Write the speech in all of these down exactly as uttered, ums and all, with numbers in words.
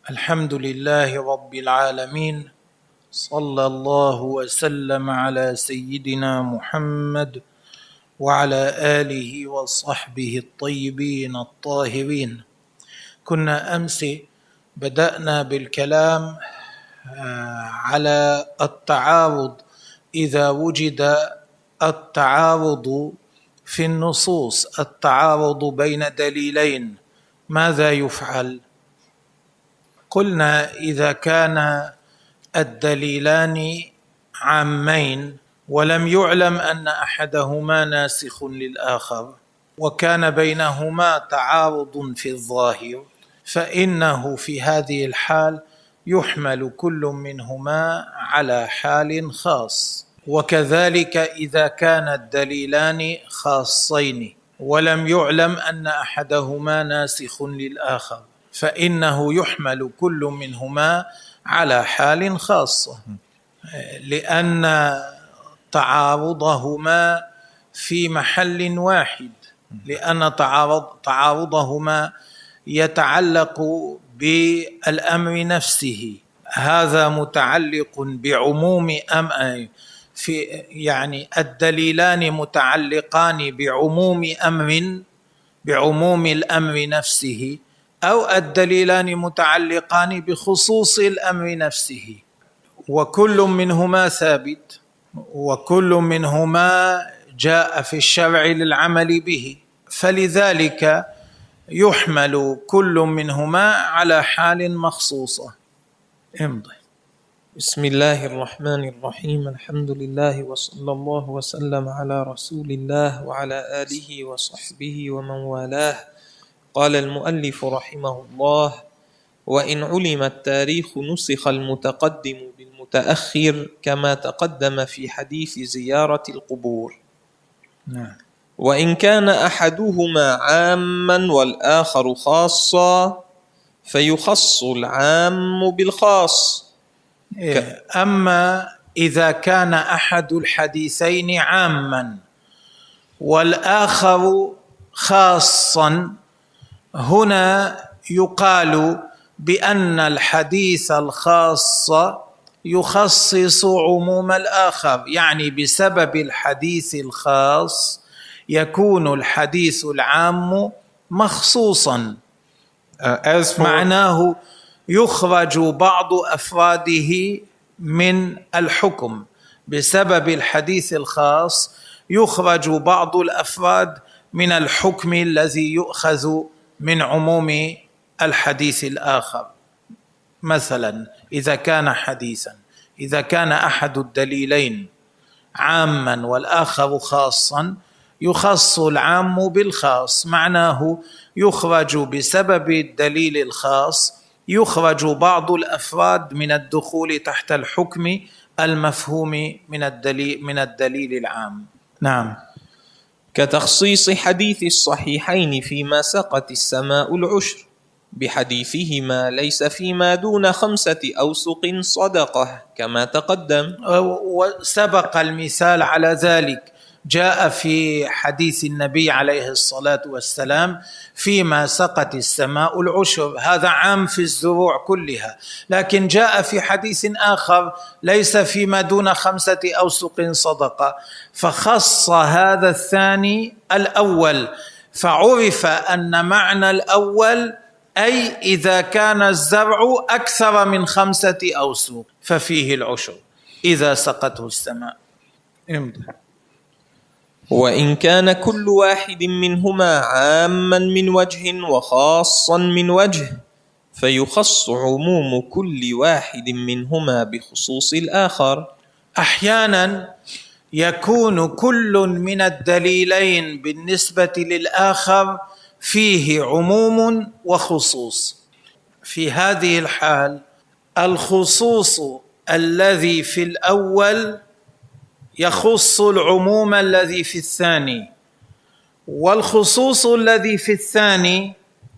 الحمد لله رب العالمين، صلى الله وسلم على سيدنا محمد وعلى آله وصحبه الطيبين الطاهرين. كنا أمس بدأنا بالكلام على التعارض. إذا وجد التعارض في النصوص، التعارض بين دليلين، ماذا يفعل؟ قلنا إذا كان الدليلان عامين ولم يعلم أن أحدهما ناسخ للآخر وكان بينهما تعارض في الظاهر، فإنه في هذه الحال يحمل كل منهما على حال خاص. وكذلك إذا كان الدليلان خاصين ولم يعلم أن أحدهما ناسخ للآخر، فإنه يحمل كل منهما على حال خاصة، لأن تعارضهما في محل واحد، لأن تعارض تعارضهما يتعلق بالأمر نفسه. هذا متعلق بعموم أم في يعني الدليلان متعلقان بعموم أمر بعموم الأمر نفسه، أو الدليلان متعلقان بخصوص الأمر نفسه، وكل منهما ثابت وكل منهما جاء في الشرع للعمل به، فلذلك يحمل كل منهما على حال مخصوصة. امضي. بسم الله الرحمن الرحيم. الحمد لله وصلى الله وسلم على رسول الله وعلى آله وصحبه ومن والاه. قال المؤلف رحمه الله: وإن علم التاريخ نسخ المتقدم بالمتأخر كما تقدم في حديث زيارة القبور. نعم. وإن كان أحدهما عاما والآخر خاصا فيخص العام بالخاص. أما إذا كان أحد الحديثين عاما والآخر خاصا، هنا يقال بأن الحديث الخاص يخصص عموم الآخر، يعني بسبب الحديث الخاص يكون الحديث العام مخصوصا. uh, معناه يخرج بعض أفراده من الحكم، بسبب الحديث الخاص يخرج بعض الأفراد من الحكم الذي يؤخذ من عموم الحديث الآخر. مثلا إذا كان حديثا، إذا كان أحد الدليلين عاما والآخر خاصا، يخص العام بالخاص، معناه يخرج بسبب الدليل الخاص يخرج بعض الأفراد من الدخول تحت الحكم المفهوم من الدليل من الدليل العام. نعم. كتخصيص حديث الصحيحين فيما سقت السماء العشر بحديثهما ليس فيما دون خمسة أوسق صدقة كما تقدم، وسبق المثال على ذلك. جاء في حديث النبي عليه الصلاة والسلام فيما سقت السماء العشر، هذا عام في الزروع كلها، لكن جاء في حديث آخر ليس فيما دون خمسة أوسق صدقة، فخص هذا الثاني الأول، فعرف أن معنى الأول أي إذا كان الزرع أكثر من خمسة أوسق ففيه العشر إذا سقته السماء. امضي. وإن كان كل واحد منهما عاما من وجه وخاصا من وجه فيخص عموم كل واحد منهما بخصوص الآخر. أحيانا يكون كل من الدليلين بالنسبة للآخر فيه عموم وخصوص. في هذه الحال الخصوص الذي في الأول يخص العموم الذي في الثاني، والخصوص الذي في الثاني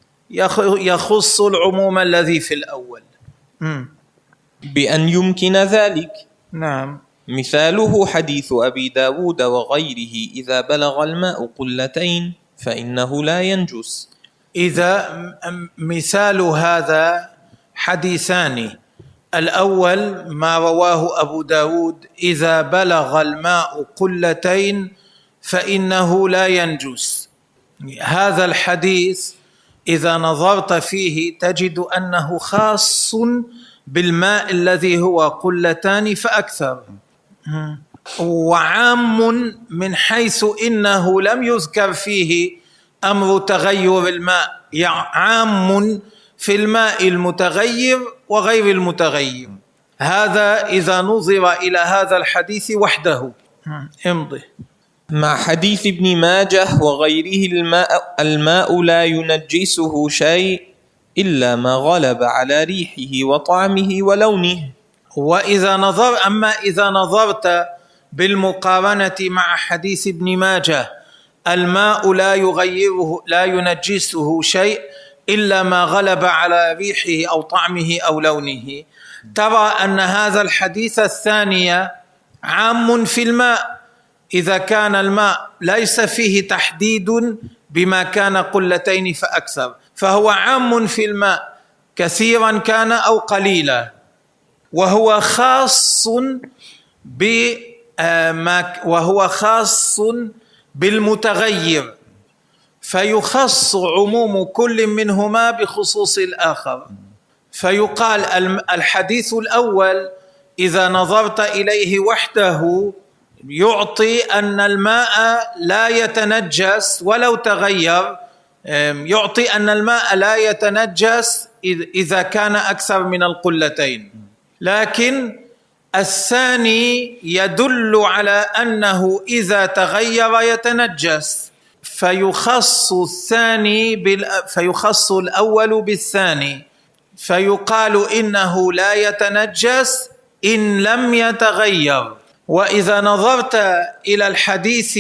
يخص العموم الذي في الأول. م. بأن يمكن ذلك. نعم. مثاله حديث أبي داود وغيره: إذا بلغ الماء قلتين فإنه لا ينجس. إذا مثال هذا حديثان. الأول ما رواه أبو داود: إذا بلغ الماء قلتين فإنه لا ينجس. هذا الحديث إذا نظرت فيه تجد أنه خاص بالماء الذي هو قلتان فأكثر، وعام من حيث إنه لم يذكر فيه أمر تغير الماء، عام في الماء المتغير وغير المتغير. هذا إذا نظر إلى هذا الحديث وحده. امضي. مع حديث ابن ماجه وغيره: الماء, الماء لا ينجسه شيء إلا ما غلب على ريحه وطعمه ولونه. وإذا نظر أما إذا نظرت بالمقارنة مع حديث ابن ماجه: الماء لا يغيره لا ينجسه شيء إلا ما غلب على ريحه أو طعمه أو لونه، ترى أن هذا الحديث الثاني عام في الماء إذا كان الماء ليس فيه تحديد بما كان قلتين فأكثر، فهو عام في الماء كثيرا كان أو قليلا، وهو خاص بما وهو خاص بالمتغير، فيخص عموم كل منهما بخصوص الآخر. فيقال الحديث الأول إذا نظرت إليه وحده يعطي أن الماء لا يتنجس ولو تغير، يعطي أن الماء لا يتنجس إذا كان أكثر من القلتين، لكن الثاني يدل على أنه إذا تغير يتنجس، فيخص الثاني بال... فيخص الأول بالثاني، فيقال إنه لا يتنجس إن لم يتغير. وإذا نظرت إلى الحديث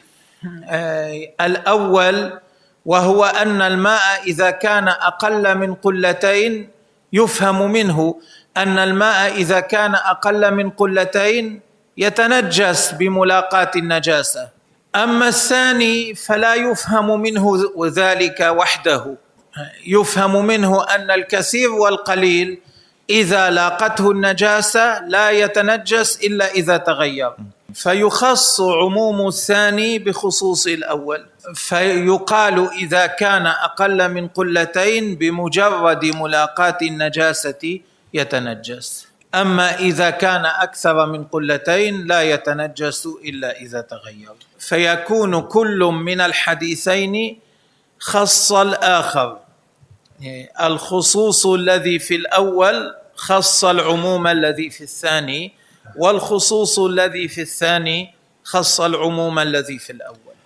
الأول وهو أن الماء إذا كان أقل من قلتين، يفهم منه أن الماء إذا كان أقل من قلتين يتنجس بملاقاة النجاسة. أما الثاني فلا يفهم منه ذلك وحده، يفهم منه أن الكثير والقليل إذا لاقته النجاسة لا يتنجس إلا إذا تغير، فيخص عموم الثاني بخصوص الأول، فيقال إذا كان أقل من قلتين بمجرد ملاقاة النجاسة يتنجس، أما إذا كان أكثر من قلتين لا يتنجس إلا إذا تغير. فيكون كل من الحديثين خص الآخر، الخصوص الذي في الأول خص العموم الذي في الثاني، والخصوص الذي في الثاني خص العموم الذي في الأول.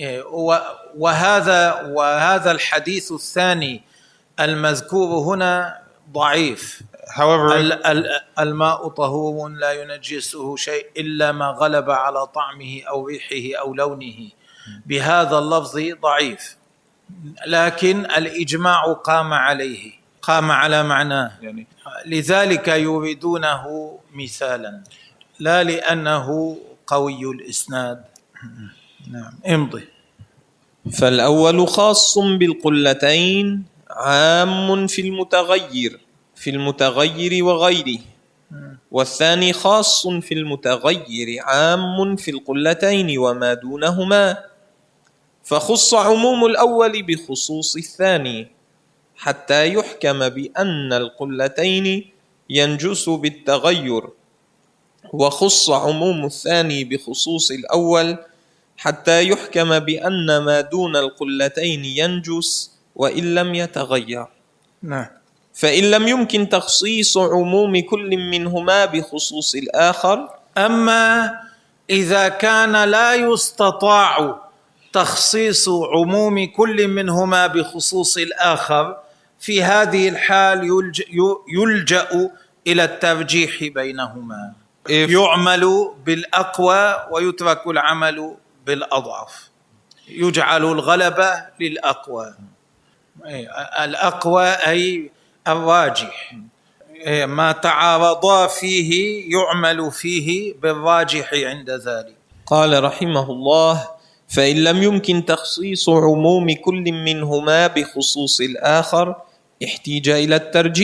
وهذا وهذا الحديث الثاني المذكور هنا ضعيف. However, الماء طهور لا ينجسه شيء إلا ما غلب على طعمه أو ريحه أو لونه، بهذا اللفظ ضعيف، لكن الإجماع قام عليه، قام على معناه، لذلك يريدونه مثالا لا لأنه قوي الإسناد. نعم، امضي. فالأول خاص بالقلتين عام في المتغير في المتغير وغيره، والثاني خاص في المتغير عام في القلتين وما دونهما، فخص عموم الأول بخصوص الثاني حتى يحكم بأن القلتين ينجس بالتغير، وخص عموم الثاني بخصوص الأول حتى يحكم بأن ما دون القلتين ينجس وإن لم يتغير. نعم. فإن لم يمكن تخصيص عموم كل منهما بخصوص الآخر. أما إذا كان لا يستطاع تخصيص عموم كل منهما بخصوص الآخر، في هذه الحال يلجأ إلى الترجيح بينهما، يعمل بالأقوى ويترك العمل بالأضعف، يجعل الغلبة للأقوى، الأقوى أي الراجح، ما تعارضا فيه يعمل فيه بالراجح عند ذلك. قال رحمه الله: فإن لم يمكن تخصيص عموم كل منهما بخصوص الآخر احتيج إلى الترجيح،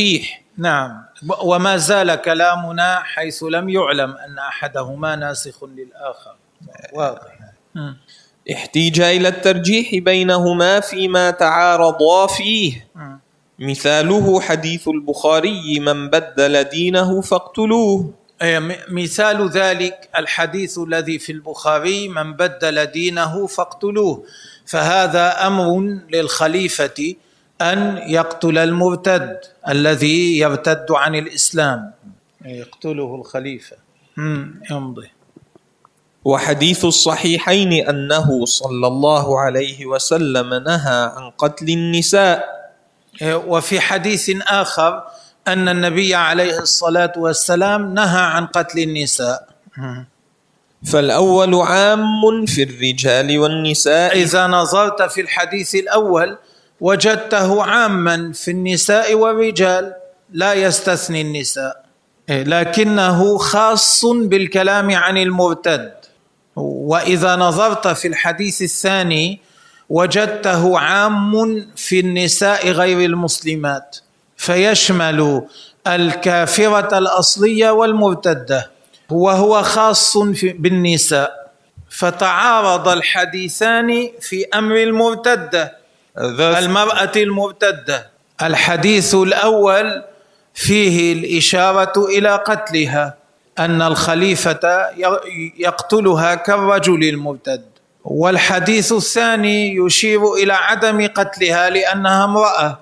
نعم. وما زال كلامنا حيث لم يعلم أن أحدهما ناسخ للآخر. واضح. احتيج إلى الترجيح بينهما فيما تعارضا فيه. مثاله حديث البخاري: من بدل دينه فاقتلوه. مثال ذلك الحديث الذي في البخاري: من بدل دينه فاقتلوه. فهذا أمر للخليفة أن يقتل المرتد الذي يرتد عن الإسلام، يقتله الخليفة. يمضي. وحديث الصحيحين أنه صلى الله عليه وسلم نهى عن قتل النساء. وفي حديث آخر أن النبي عليه الصلاة والسلام نهى عن قتل النساء. فالأول عام في الرجال والنساء. إذا نظرت في الحديث الأول وجدته عاما في النساء والرجال، لا يستثني النساء، لكنه خاص بالكلام عن المرتد. وإذا نظرت في الحديث الثاني وجدته عام في النساء غير المسلمات، فيشمل الكافرة الأصلية والمرتدة، وهو خاص بالنساء. فتعارض الحديثان في أمر المرتدة، المرأة المرتدة. الحديث الأول فيه الإشارة إلى قتلها، أن الخليفة يقتلها كالرجل المرتد، والحديث الثاني يشير إلى عدم قتلها لأنها امرأة.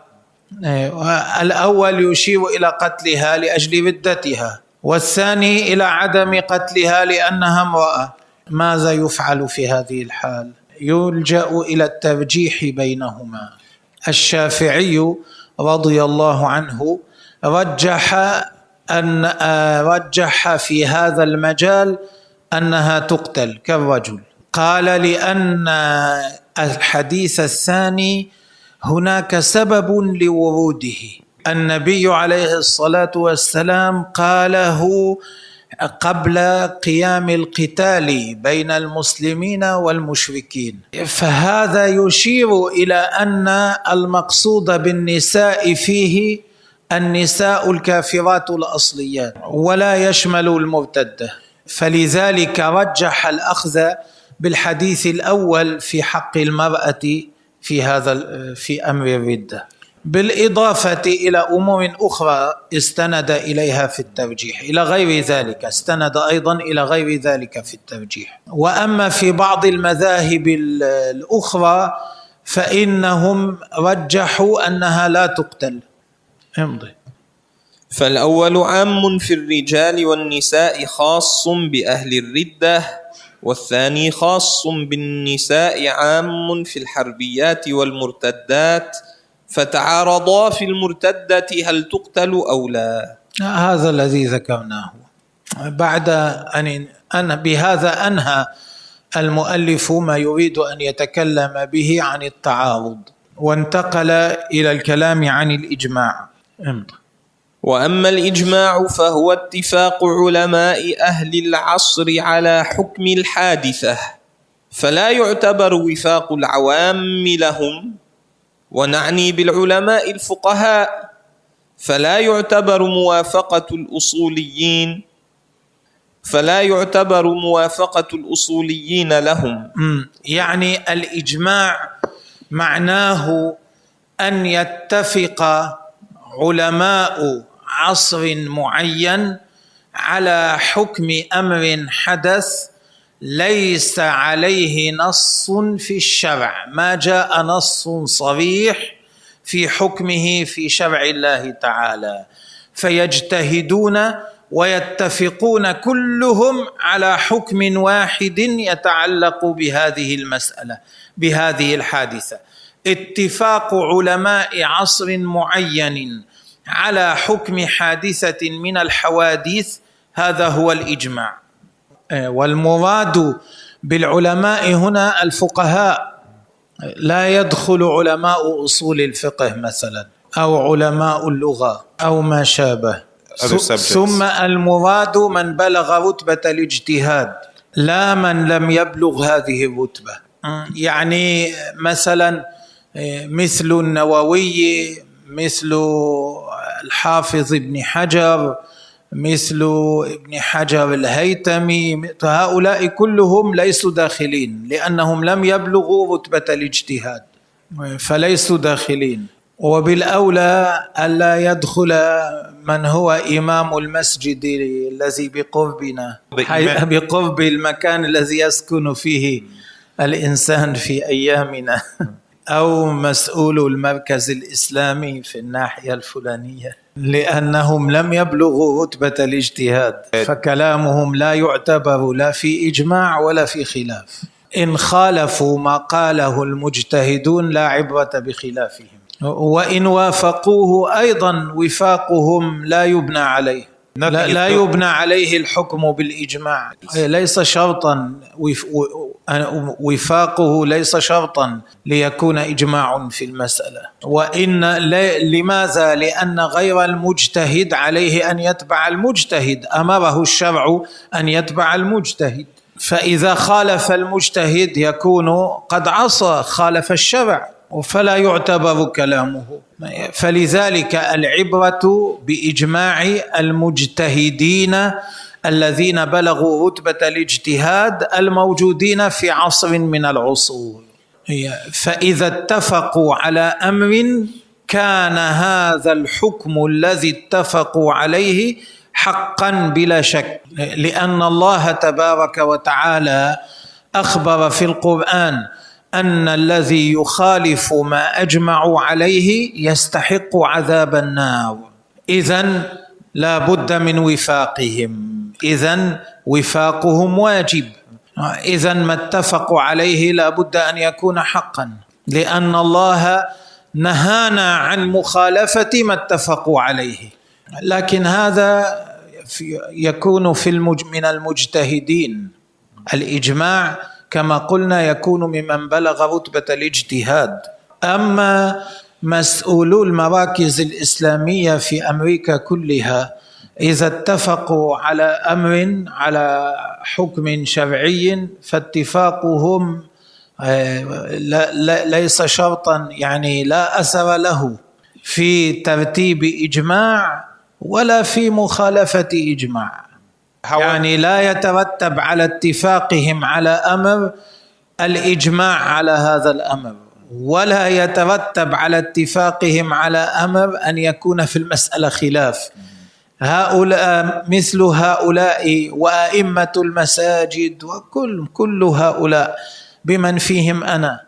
الأول يشير إلى قتلها لأجل ردتها، والثاني إلى عدم قتلها لأنها امرأة. ماذا يفعل في هذه الحال؟ يلجأ إلى الترجيح بينهما. الشافعي رضي الله عنه رجح أن رجح في هذا المجال أنها تقتل كالرجل. قال لأن الحديث الثاني هناك سبب لوروده. النبي عليه الصلاة والسلام قاله قبل قيام القتال بين المسلمين والمشركين، فهذا يشير إلى أن المقصود بالنساء فيه النساء الكافرات الأصليات، ولا يشمل المرتدة. فلذلك رجح الأخذ بالحديث الأول في حق المرأة في هذا في أمر الردة، بالإضافة إلى أمور أخرى استند إليها في الترجيح، إلى غير ذلك استند أيضا إلى غير ذلك في الترجيح. وأما في بعض المذاهب الأخرى فإنهم رجحوا أنها لا تقتل. امضي. فالأول عام في الرجال والنساء خاص بأهل الردة، والثاني خاص بالنساء عام في الحربيات والمرتدات، فتعارضا في المرتدة هل تقتل أو لا. هذا الذي ذكرناه. بعد أن أن بهذا أنهى المؤلف ما يريد أن يتكلم به عن التعارض، وانتقل إلى الكلام عن الإجماع. امضي. وأما الإجماع فهو اتفاق علماء أهل العصر على حكم الحادثة، فلا يعتبر وفاق العوام لهم، ونعني بالعلماء الفقهاء، فلا يعتبر موافقة الأصوليين فلا يعتبر موافقة الأصوليين لهم. يعني الإجماع معناه أن يتفق علماء عصر معين على حكم أمر حدث ليس عليه نص في الشرع، ما جاء نص صريح في حكمه في شرع الله تعالى، فيجتهدون ويتفقون كلهم على حكم واحد يتعلق بهذه المسألة، بهذه الحادثة. اتفاق علماء عصر معين على حكم حادثة من الحوادث، هذا هو الإجماع. والمراد بالعلماء هنا الفقهاء، لا يدخل علماء أصول الفقه مثلا أو علماء اللغة أو ما شابه. ثم المراد من بلغ رتبة الاجتهاد، لا من لم يبلغ هذه الرتبة. يعني مثلا مثل النووي، مثل الحافظ ابن حجر، مثل ابن حجر الهيتمي، هؤلاء كلهم ليسوا داخلين لأنهم لم يبلغوا رتبة الاجتهاد فليسوا داخلين. وبالأولى ألا يدخل من هو إمام المسجد الذي بقربنا، بقرب المكان الذي يسكن فيه الإنسان في أيامنا، أو مسؤول المركز الإسلامي في الناحية الفلانية، لأنهم لم يبلغوا رتبة الاجتهاد، فكلامهم لا يعتبر لا في إجماع ولا في خلاف. إن خالفوا ما قاله المجتهدون لا عبرة بخلافهم، وإن وافقوه أيضا وفاقهم لا يبنى عليه، لا, لا يبنى عليه الحكم بالإجماع، ليس شرطا وفاقه، ليس شرطا ليكون إجماع في المسألة. وإن لماذا؟ لأن غير المجتهد عليه أن يتبع المجتهد، أمره الشرع أن يتبع المجتهد، فإذا خالف المجتهد يكون قد عصى، خالف الشرع، فلا يعتبر كلامه. فلذلك العبرة بإجماع المجتهدين الذين بلغوا رتبة الاجتهاد الموجودين في عصر من العصور، فإذا اتفقوا على أمر كان هذا الحكم الذي اتفقوا عليه حقا بلا شك، لأن الله تبارك وتعالى أخبر في القرآن أن الذي يخالف ما أجمعوا عليه يستحق عذاب النار، إذن لا بد من وفاقهم، إذن وفاقهم واجب، إذن ما اتفقوا عليه لا بد أن يكون حقا، لأن الله نهانا عن مخالفة ما اتفقوا عليه. لكن هذا يكون في المج... من المجتهدين. الإجماع كما قلنا يكون ممن بلغ رتبة الاجتهاد. أما مسؤولو المراكز الإسلامية في أمريكا كلها إذا اتفقوا على أمر، على حكم شرعي، فاتفاقهم ليس شرطا، يعني لا أثر له في ترتيب إجماع ولا في مخالفة إجماع، يعني لا يترتب على اتفاقهم على أمر الإجماع على هذا الأمر، ولا يترتب على اتفاقهم على أمر أن يكون في المسألة خلاف. هؤلاء مثل هؤلاء وأئمة المساجد وكل كل هؤلاء بمن فيهم أنا،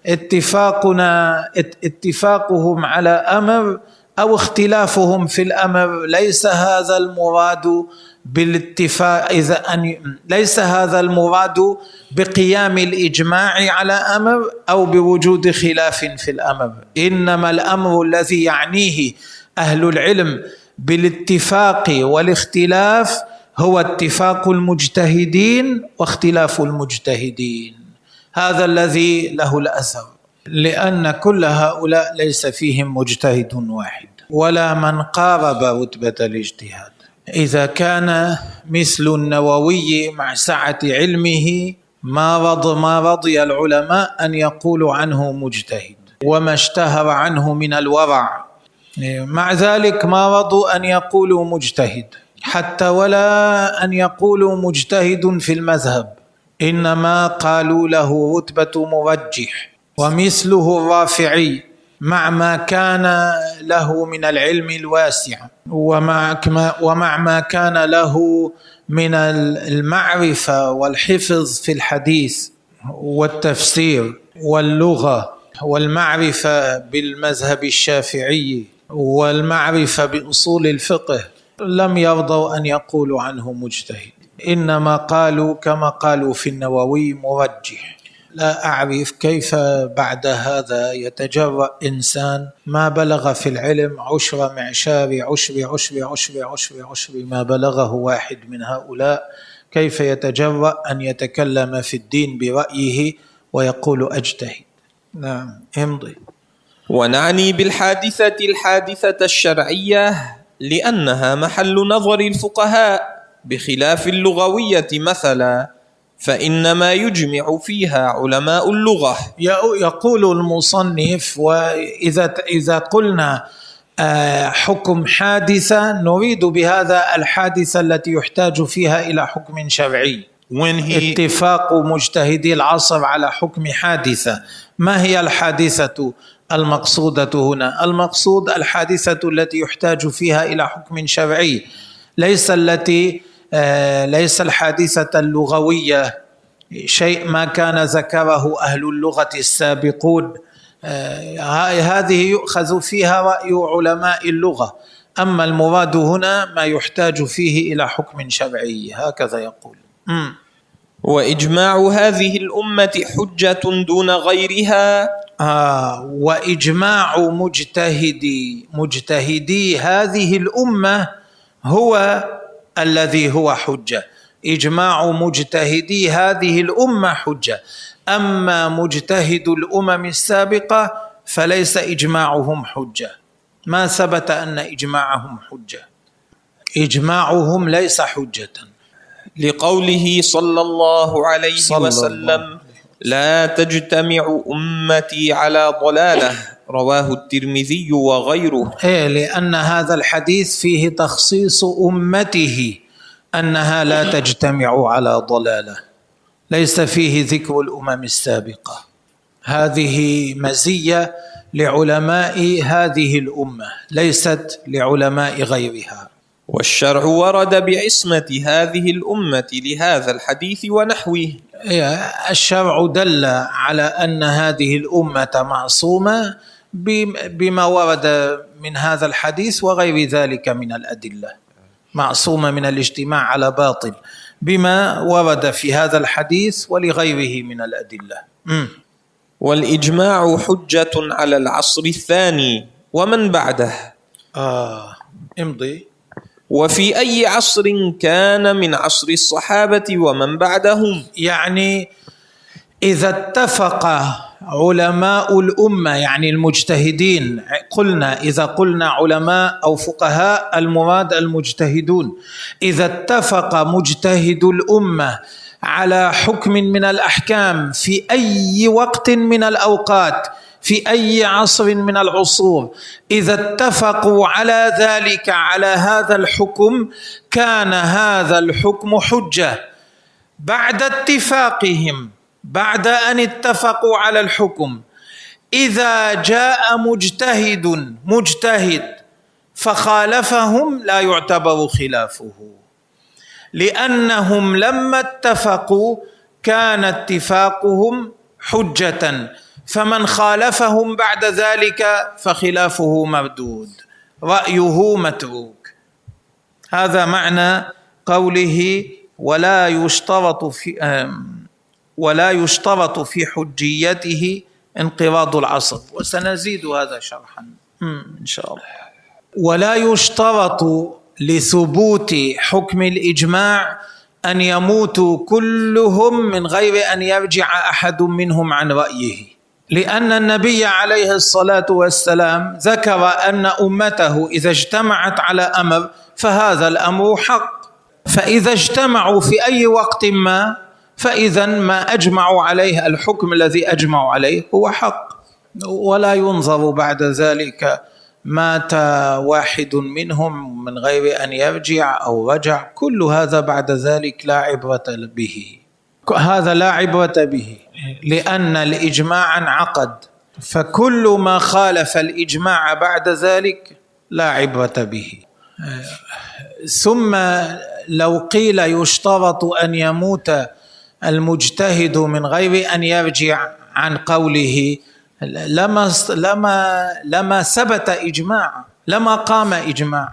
اتفاقنا اتفاقهم على أمر أو اختلافهم في الأمر ليس هذا المراد بالاتفاق، إذا أن ليس هذا المراد بقيام الإجماع على أمر أو بوجود خلاف في الأمر، إنما الأمر الذي يعنيه أهل العلم بالاتفاق والاختلاف هو اتفاق المجتهدين واختلاف المجتهدين، هذا الذي له الأثر، لأن كل هؤلاء ليس فيهم مجتهد واحد ولا من قارب رتبة الاجتهاد. إذا كان مثل النووي مع سعة علمه ما رضي, ما رضي العلماء أن يقولوا عنه مجتهد وما اشتهر عنه من الورع، مع ذلك ما رضوا أن يقولوا مجتهد، حتى ولا أن يقولوا مجتهد في المذهب، إنما قالوا له رتبة مرجح. ومثله الرافعي مع ما كان له من العلم الواسع ومع ومع ما كان له من المعرفة والحفظ في الحديث والتفسير واللغة والمعرفة بالمذهب الشافعي والمعرفة بأصول الفقه، لم يرضوا أن يقولوا عنه مجتهد، إنما قالوا كما قالوا في النووي مرجح. لا أعرف كيف بعد هذا يتجرأ إنسان ما بلغ في العلم عشر معشار عشر عشر عشر عشر عشر ما بلغه واحد من هؤلاء، كيف يتجرأ أن يتكلم في الدين برأيه ويقول أجتهد؟ نعم، امضي. ونعني بالحادثة الحادثة الشرعية لأنها محل نظر الفقهاء بخلاف اللغوية مثلا، فإنما يجمع فيها علماء اللغة. يقول المصنف: وإذا إذا قلنا حكم حادثة نريد بهذا الحادثة التي يحتاج فيها إلى حكم شرعي. When he اتفاق مجتهدي العصر على حكم حادثة. ما هي الحادثة المقصودة هنا؟ المقصود الحادثة التي يحتاج فيها إلى حكم شرعي، ليس التي ليس الحادثة اللغوية، شيء ما كان ذكره أهل اللغة السابقون، هذه يؤخذ فيها رأي علماء اللغة، أما المراد هنا ما يحتاج فيه إلى حكم شرعي، هكذا يقول. م. وإجماع هذه الأمة حجة دون غيرها. آه وإجماع مجتهدي مجتهدي هذه الأمة هو الذي هو حجة. إجماع مجتهدي هذه الأمة حجة، أما مجتهد الأمم السابقة فليس إجماعهم حجة، ما ثبت أن إجماعهم حجة، إجماعهم ليس حجة، لقوله صلى الله عليه صلى وسلم الله. لا تجتمع أمتي على ضلالة، رواه الترمذي وغيره. إيه، لأن هذا الحديث فيه تخصيص أمته أنها لا تجتمع على ضلالة، ليس فيه ذكر الأمم السابقة. هذه مزية لعلماء هذه الأمة ليست لعلماء غيرها. والشرع ورد بعصمة هذه الأمة لهذا الحديث ونحوه. الشرع دل على أن هذه الأمة معصومة بما ورد من هذا الحديث وغير ذلك من الأدلة، معصومة من الاجتماع على باطل بما ورد في هذا الحديث ولغيره من الأدلة. م. والإجماع حجة على العصر الثاني ومن بعده. آه امضي. وفي أي عصر كان من عصر الصحابة ومن بعدهم. يعني إذا اتفق علماء الأمة، يعني المجتهدين، قلنا إذا قلنا علماء أو فقهاء المراد المجتهدون، إذا اتفق مجتهد الأمة على حكم من الأحكام في أي وقت من الأوقات، في أي عصر من العصور، إذا اتفقوا على ذلك، على هذا الحكم، كان هذا الحكم حجة بعد اتفاقهم، بعد أن اتفقوا على الحكم. إذا جاء مجتهد مجتهد فخالفهم لا يعتبر خلافه، لأنهم لما اتفقوا كان اتفاقهم حجة، فمن خالفهم بعد ذلك فخلافه مردود، رأيه متروك. هذا معنى قوله ولا يشترط في ولا يشترط في حجيته انقراض العصر، وسنزيد هذا شرحا إن شاء الله. ولا يشترط لثبوت حكم الإجماع أن يموتوا كلهم من غير أن يرجع أحد منهم عن رأيه، لأن النبي عليه الصلاة والسلام ذكر أن أمته إذا اجتمعت على أمر فهذا الأمر حق، فإذا اجتمعوا في أي وقت ما فإذا ما أجمعوا عليه، الحكم الذي أجمعوا عليه هو حق، ولا ينظر بعد ذلك مات واحد منهم من غير أن يرجع أو رجع، كل هذا بعد ذلك لا عبرة به، هذا لا عبرة به، لأن الإجماع انعقد، فكل ما خالف الإجماع بعد ذلك لا عبرة به. ثم لو قيل يشترط أن يموت المجتهد من غير أن يرجع عن قوله لما لما لما ثبت إجماع، لما قام إجماع،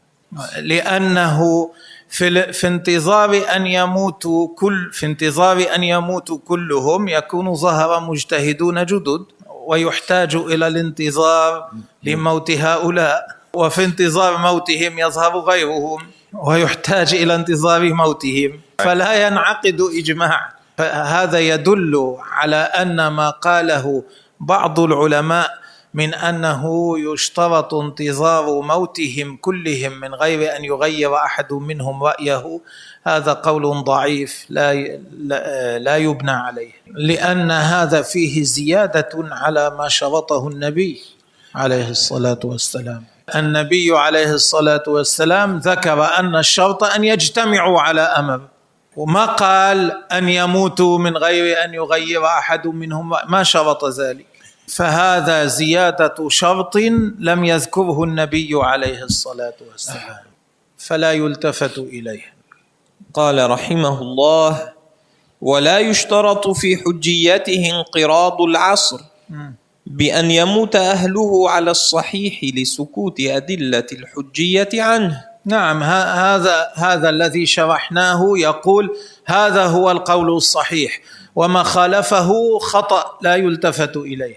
لأنه في في انتظار أن يموتوا كل في انتظار أن يموتوا كلهم يكون ظهر مجتهدون جدد، ويحتاج إلى الانتظار لموت هؤلاء، وفي انتظار موتهم يظهر غيرهم ويحتاج إلى انتظار موتهم، فلا ينعقد إجماع. فهذا يدل على أن ما قاله بعض العلماء من أنه يشترط انتظار موتهم كلهم من غير أن يغير أحد منهم رأيه، هذا قول ضعيف لا لا يبنى عليه، لأن هذا فيه زيادة على ما شرطه النبي عليه الصلاة والسلام. النبي عليه الصلاة والسلام ذكر أن الشرط أن يجتمعوا على أمر، وما قال أن يموتوا من غير أن يغير أحد منهم، ما شرط ذلك. فهذا زيادة شرط لم يذكره النبي عليه الصلاة والسلام، فلا يلتفت إليه. قال رحمه الله: ولا يشترط في حجيته انقراض العصر بأن يموت أهله على الصحيح لسكوت أدلة الحجية عنه. نعم، هذا هذا الذي شرحناه، يقول هذا هو القول الصحيح، وما خالفه خطأ لا يلتفت إليه.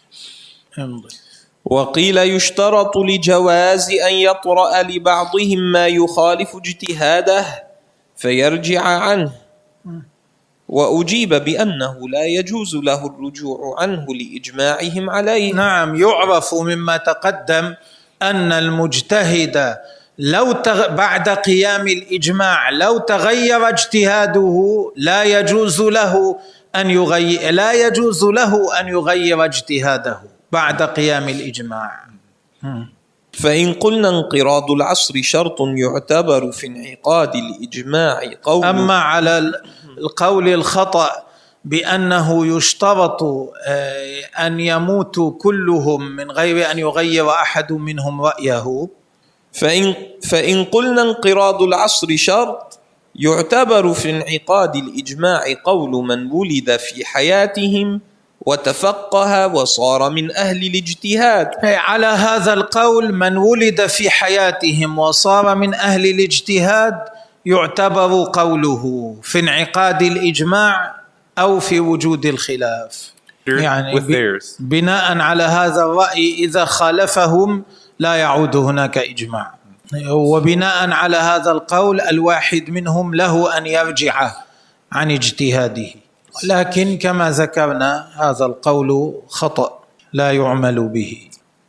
وقيل يشترط لجواز أن يطرأ لبعضهم ما يخالف اجتهاده فيرجع عنه، وأجيب بأنه لا يجوز له الرجوع عنه لإجماعهم عليه. نعم، يعرف مما تقدم أن المجتهد لو تغ... بعد قيام الإجماع لو تغير اجتهاده لا يجوز له أن يغير لا يجوز له أن يغير اجتهاده بعد قيام الإجماع. فإن قلنا انقراض العصر شرط يعتبر في انعقاد الإجماع قول. أما على القول الخطأ بأنه يشترط أن يموتوا كلهم من غير أن يغير أحد منهم رأيه، فإن, فإن قلنا انقراض العصر شرط يعتبر في انعقاد الإجماع قول من ولد في حياتهم وتفقه وصار من أهل الاجتهاد. على هذا القول من ولد في حياتهم وصار من أهل الاجتهاد يعتبر قوله في انعقاد الإجماع أو في وجود الخلاف. يعني بناء على هذا الرأي إذا خالفهم لا يعود هناك إجماع، وبناء على هذا القول الواحد منهم له أن يرجع عن اجتهاده، لكن كما ذكرنا هذا القول خطأ لا يعمل به.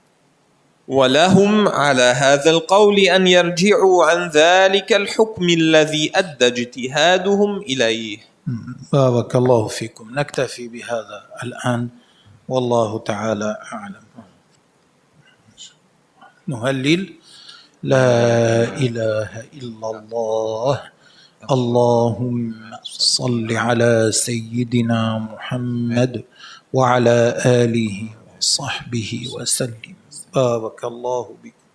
ولهم على هذا القول أن يرجعوا عن ذلك الحكم الذي أدى اجتهادهم إليه. بارك الله فيكم. نكتفي بهذا الآن، والله تعالى أعلم. نهلل: لا إله إلا الله، اللهم صل على سيدنا محمد وعلى آله وصحبه وسلم. بارك الله بكم.